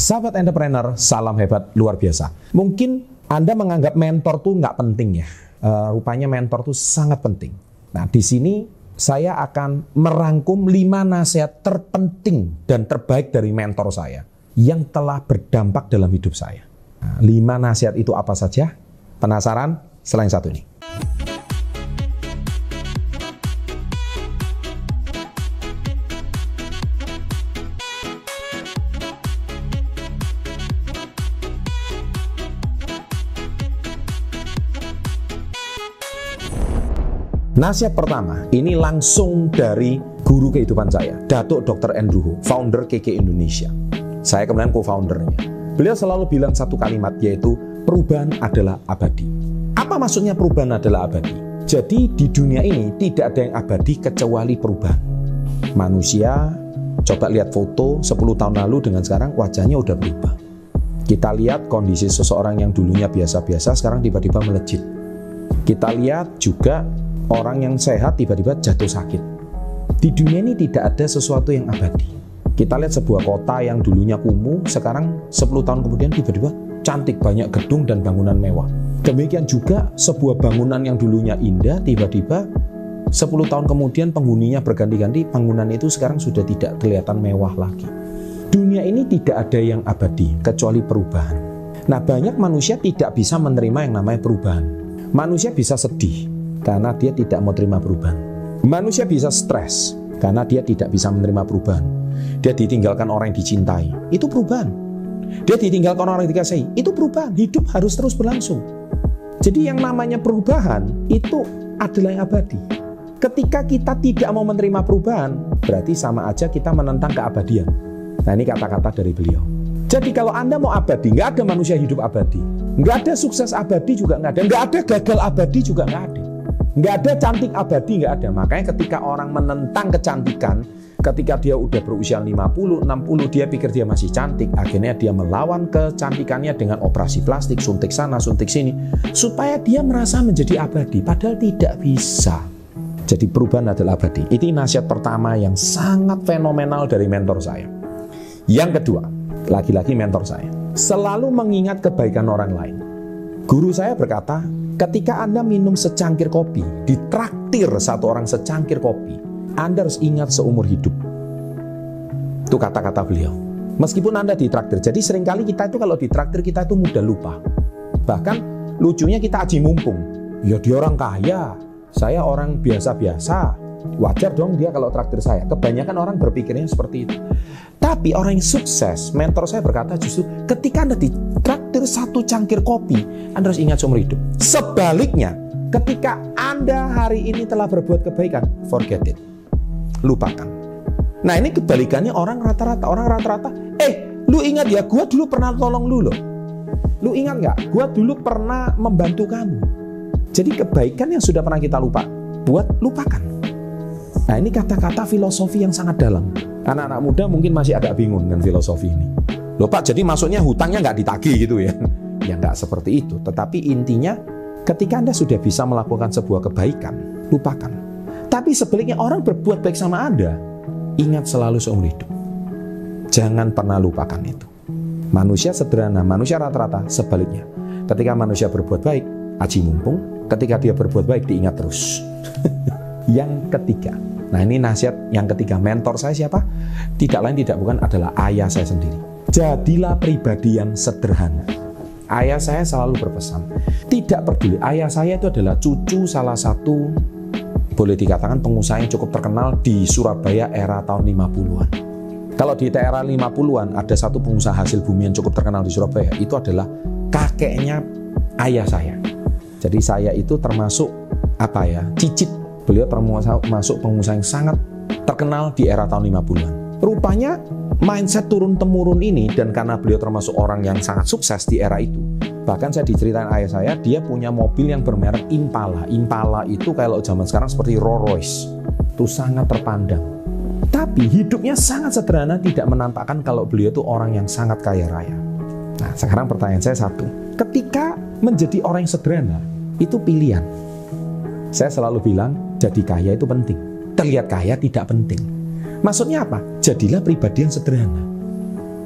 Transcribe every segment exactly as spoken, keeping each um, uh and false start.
Sahabat entrepreneur, salam hebat luar biasa. Mungkin Anda menganggap mentor tuh nggak penting ya. E, rupanya mentor tuh sangat penting. Nah, di sini saya akan merangkum lima nasihat terpenting dan terbaik dari mentor saya yang telah berdampak dalam hidup saya. Nah, lima nasihat itu apa saja? Penasaran? Selain satu ini. Nasihat pertama, ini langsung dari guru kehidupan saya, Datuk doktor Andrew Ho, founder K K Indonesia. Saya kemudian co-foundernya. Beliau selalu bilang satu kalimat, yaitu perubahan adalah abadi. Apa maksudnya perubahan adalah abadi? Jadi di dunia ini tidak ada yang abadi kecuali perubahan. Manusia, coba lihat foto sepuluh tahun lalu dengan sekarang, wajahnya udah berubah. Kita lihat kondisi seseorang yang dulunya biasa-biasa, sekarang tiba-tiba melejit. Kita lihat juga orang yang sehat tiba-tiba jatuh sakit. Di dunia ini tidak ada sesuatu yang abadi. Kita lihat sebuah kota yang dulunya kumuh, sekarang sepuluh tahun kemudian tiba-tiba cantik, banyak gedung dan bangunan mewah. Demikian juga sebuah bangunan yang dulunya indah, tiba-tiba sepuluh tahun kemudian penghuninya berganti-ganti, bangunan itu sekarang sudah tidak kelihatan mewah lagi. Dunia ini tidak ada yang abadi kecuali perubahan. Nah, banyak manusia tidak bisa menerima yang namanya perubahan. Manusia bisa sedih karena dia tidak mau terima perubahan. Manusia bisa stres karena dia tidak bisa menerima perubahan. Dia ditinggalkan orang yang dicintai, itu perubahan. Dia ditinggalkan orang yang dikasihi, itu perubahan. Hidup harus terus berlangsung. Jadi yang namanya perubahan itu adalah yang abadi. Ketika kita tidak mau menerima perubahan, berarti sama aja kita menentang keabadian. Nah, ini kata-kata dari beliau. Jadi kalau Anda mau abadi, nggak ada manusia hidup abadi. Nggak ada sukses abadi juga nggak ada. Nggak ada gagal abadi juga nggak ada. Nggak ada cantik abadi, nggak ada. Makanya ketika orang menentang kecantikan, ketika dia udah berusia lima puluh, enam puluh, dia pikir dia masih cantik. Akhirnya dia melawan kecantikannya dengan operasi plastik, suntik sana, suntik sini, supaya dia merasa menjadi abadi. Padahal tidak bisa. Jadi perubahan adalah abadi. Ini nasihat pertama yang sangat fenomenal dari mentor saya. Yang kedua, lagi-lagi mentor saya selalu mengingat kebaikan orang lain. Guru saya berkata, ketika Anda minum secangkir kopi, ditraktir satu orang secangkir kopi, Anda harus ingat seumur hidup. Itu kata-kata beliau. Meskipun Anda ditraktir, jadi seringkali kita itu kalau ditraktir kita itu mudah lupa. Bahkan lucunya kita aji mumpung. Ya dia orang kaya, saya orang biasa-biasa. Wajar dong dia kalau traktir saya. Kebanyakan orang berpikirnya seperti itu. Tapi orang yang sukses, mentor saya berkata justru ketika Anda ditraktir satu cangkir kopi, Anda harus ingat seumur hidup. Sebaliknya, ketika Anda hari ini telah berbuat kebaikan, forget it. Lupakan. Nah, ini kebalikannya orang rata-rata. Orang rata-rata, eh, lu ingat ya, gua dulu pernah tolong lu loh. Lu ingat nggak? Gua dulu pernah membantu kamu. Jadi kebaikan yang sudah pernah kita lupa, buat lupakan. Nah, ini kata-kata filosofi yang sangat dalam. Anak-anak muda mungkin masih agak bingung dengan filosofi ini. Loh Pak, jadi maksudnya hutangnya nggak ditagih gitu ya? Ya nggak seperti itu. Tetapi intinya, ketika Anda sudah bisa melakukan sebuah kebaikan, lupakan. Tapi sebaliknya orang berbuat baik sama Anda, ingat selalu seumur hidup. Jangan pernah lupakan itu. Manusia sederhana, manusia rata-rata sebaliknya. Ketika manusia berbuat baik, aji mumpung. Ketika dia berbuat baik, diingat terus. Yang ketiga, nah ini nasihat yang ketiga, mentor saya siapa? Tidak lain tidak bukan adalah ayah saya sendiri. Jadilah pribadi yang sederhana. Ayah saya selalu berpesan, tidak peduli. Ayah saya itu adalah cucu salah satu, boleh dikatakan pengusaha yang cukup terkenal di Surabaya era tahun lima puluhan. Kalau di era lima puluhan ada satu pengusaha hasil bumi yang cukup terkenal di Surabaya, itu adalah kakeknya ayah saya. Jadi saya itu termasuk apa ya, cicit. Beliau termasuk pengusaha yang sangat terkenal di era tahun lima puluhan. Rupanya mindset turun-temurun ini, dan karena beliau termasuk orang yang sangat sukses di era itu, bahkan saya diceritain ayah saya, dia punya mobil yang bermerek Impala. Impala itu kalau zaman sekarang seperti Rolls Royce. Itu sangat terpandang. Tapi hidupnya sangat sederhana, tidak menampakkan kalau beliau itu orang yang sangat kaya raya. Nah, sekarang pertanyaan saya satu. Ketika menjadi orang yang sederhana, itu pilihan. Saya selalu bilang, jadi kaya itu penting. Terlihat kaya tidak penting. Maksudnya apa? Jadilah pribadi yang sederhana.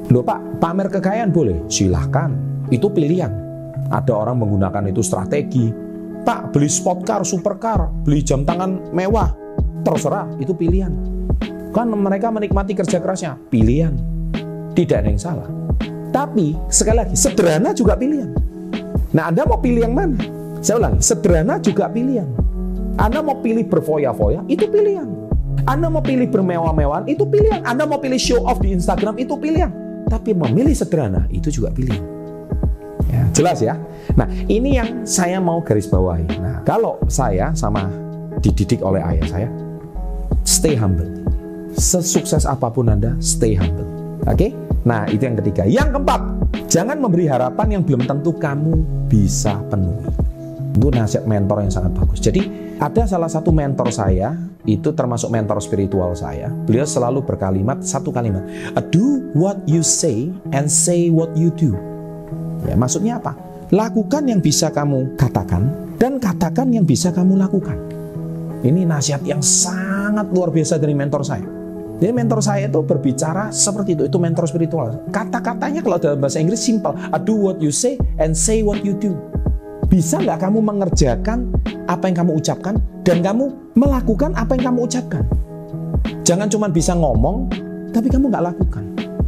Loh Pak, pamer kekayaan boleh? Silahkan, itu pilihan. Ada orang menggunakan itu strategi. Pak, beli sport car, supercar, beli jam tangan mewah. Terserah, itu pilihan. Kan mereka menikmati kerja kerasnya, pilihan. Tidak ada yang salah. Tapi, sekali lagi, sederhana juga pilihan. Nah, Anda mau pilih yang mana? Saya ulangi, sederhana juga pilihan. Anda mau pilih berfoya-foya, itu pilihan. Anda mau pilih bermewah-mewahan, itu pilihan. Anda mau pilih show off di Instagram, itu pilihan. Tapi memilih sederhana, itu juga pilihan. Ya, jelas ya? Nah, ini yang saya mau garis bawahi. Nah, kalau saya sama dididik oleh ayah saya, stay humble. Sesukses apapun Anda, stay humble. Oke? Nah, itu yang ketiga. Yang keempat, jangan memberi harapan yang belum tentu kamu bisa penuhi. Itu nasihat mentor yang sangat bagus. Jadi, ada salah satu mentor saya, itu termasuk mentor spiritual saya. Beliau selalu berkalimat, satu kalimat, do what you say and say what you do. Ya, maksudnya apa? Lakukan yang bisa kamu katakan dan katakan yang bisa kamu lakukan. Ini nasihat yang sangat luar biasa dari mentor saya. Jadi mentor saya itu berbicara seperti itu, itu mentor spiritual. Kata-katanya kalau dalam bahasa Inggris simple, do what you say and say what you do. Bisa nggak kamu mengerjakan apa yang kamu ucapkan dan kamu melakukan apa yang kamu ucapkan? Jangan cuma bisa ngomong, tapi kamu nggak lakukan.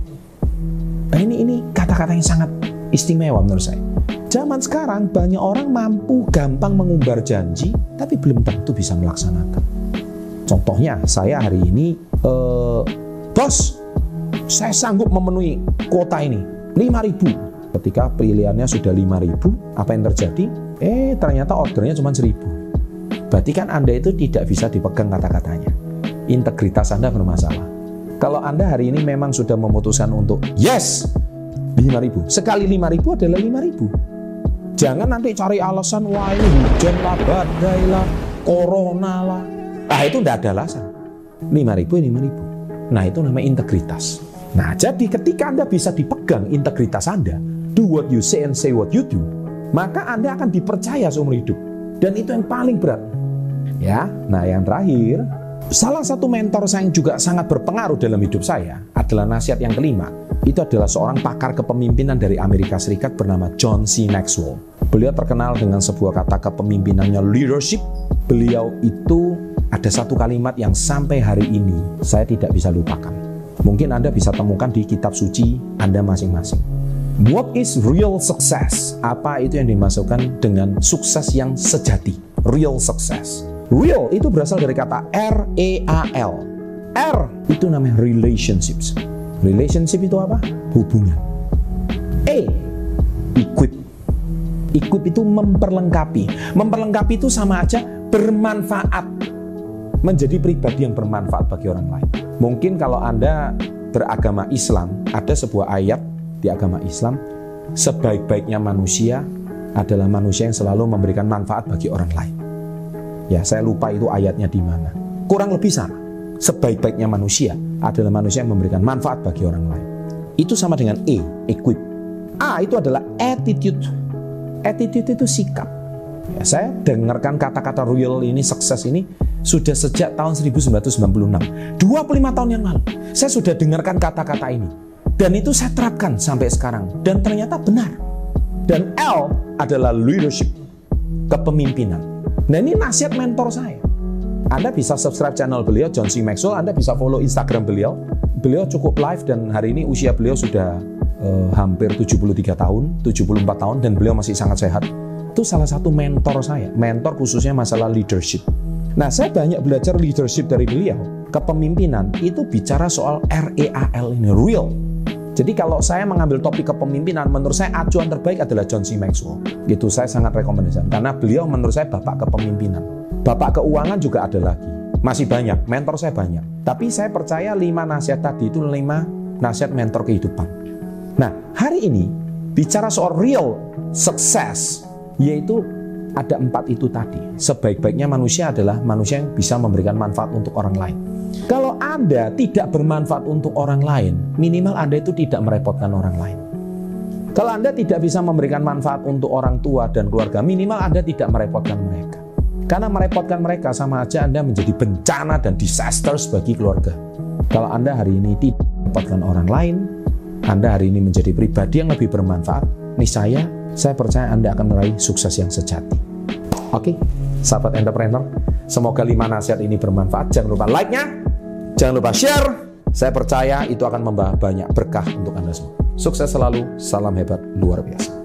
Nah ini ini kata-kata yang sangat istimewa menurut saya. Zaman sekarang banyak orang mampu gampang mengumbar janji, tapi belum tentu bisa melaksanakan. Contohnya saya hari ini, eh, bos, saya sanggup memenuhi kuota ini lima ribu. Ketika pilihannya sudah lima ribu, apa yang terjadi? Eh, ternyata ordernya cuma seribu. Berarti kan Anda itu tidak bisa dipegang kata-katanya. Integritas Anda bermasalah. Kalau Anda hari ini memang sudah memutuskan untuk yes, lima ribu. Sekali lima ribu adalah lima ribu. Jangan nanti cari alasan, wah ini hujan lah, badai lah, corona lah. Ah, itu tidak ada alasan. lima ribu, lima ribu. Nah, itu namanya integritas. Nah, jadi ketika Anda bisa dipegang integritas Anda, do what you say and say what you do, maka Anda akan dipercaya seumur hidup. Dan itu yang paling berat. Ya, nah yang terakhir, salah satu mentor saya yang juga sangat berpengaruh dalam hidup saya adalah nasihat yang kelima. Itu adalah seorang pakar kepemimpinan dari Amerika Serikat bernama John C. Maxwell. Beliau terkenal dengan sebuah kata kepemimpinannya leadership. Beliau itu ada satu kalimat yang sampai hari ini saya tidak bisa lupakan. Mungkin Anda bisa temukan di kitab suci Anda masing-masing. What is real success? Apa itu yang dimasukkan dengan sukses yang sejati? Real success. Real itu berasal dari kata R E A L. R itu namanya relationships. Relationship itu apa? Hubungan. E, equip. Equip itu memperlengkapi. Memperlengkapi itu sama aja bermanfaat. Menjadi pribadi yang bermanfaat bagi orang lain. Mungkin kalau Anda beragama Islam, ada sebuah ayat di agama Islam, sebaik-baiknya manusia adalah manusia yang selalu memberikan manfaat bagi orang lain. Ya, saya lupa itu ayatnya di mana. Kurang lebih sama. Sebaik-baiknya manusia adalah manusia yang memberikan manfaat bagi orang lain. Itu sama dengan E, equip. A itu adalah attitude. Attitude itu sikap. Ya, saya dengarkan kata-kata real ini, sukses ini sudah sejak tahun seribu sembilan ratus sembilan puluh enam. dua puluh lima tahun yang lalu. Saya sudah dengarkan kata-kata ini. Dan itu saya terapkan sampai sekarang. Dan ternyata benar. Dan L adalah leadership. Kepemimpinan. Nah ini nasihat mentor saya. Anda bisa subscribe channel beliau, John C. Maxwell. Anda bisa follow Instagram beliau. Beliau cukup live dan hari ini usia beliau sudah uh, hampir tujuh puluh tiga tahun, tujuh puluh empat tahun. Dan beliau masih sangat sehat. Itu salah satu mentor saya. Mentor khususnya masalah leadership. Nah, saya banyak belajar leadership dari beliau. Kepemimpinan itu bicara soal R E A L ini, real. Jadi kalau saya mengambil topik kepemimpinan, menurut saya acuan terbaik adalah John C. Maxwell. Gitu, saya sangat rekomendasikan. Karena beliau menurut saya bapak kepemimpinan. Bapak keuangan juga ada lagi. Masih banyak, mentor saya banyak. Tapi saya percaya lima nasihat tadi itu lima nasihat mentor kehidupan. Nah, hari ini bicara soal real success, yaitu ada empat itu tadi. Sebaik-baiknya manusia adalah manusia yang bisa memberikan manfaat untuk orang lain. Kalau Anda tidak bermanfaat untuk orang lain, minimal Anda itu tidak merepotkan orang lain. Kalau Anda tidak bisa memberikan manfaat untuk orang tua dan keluarga, minimal Anda tidak merepotkan mereka. Karena merepotkan mereka sama aja Anda menjadi bencana dan disaster bagi keluarga. Kalau Anda hari ini tidak merepotkan orang lain, Anda hari ini menjadi pribadi yang lebih bermanfaat, niscaya saya percaya Anda akan meraih sukses yang sejati. Oke, sahabat entrepreneur, semoga lima nasihat ini bermanfaat. Jangan lupa like-nya, jangan lupa share. Saya percaya itu akan membawa banyak berkah untuk Anda semua. Sukses selalu, salam hebat luar biasa.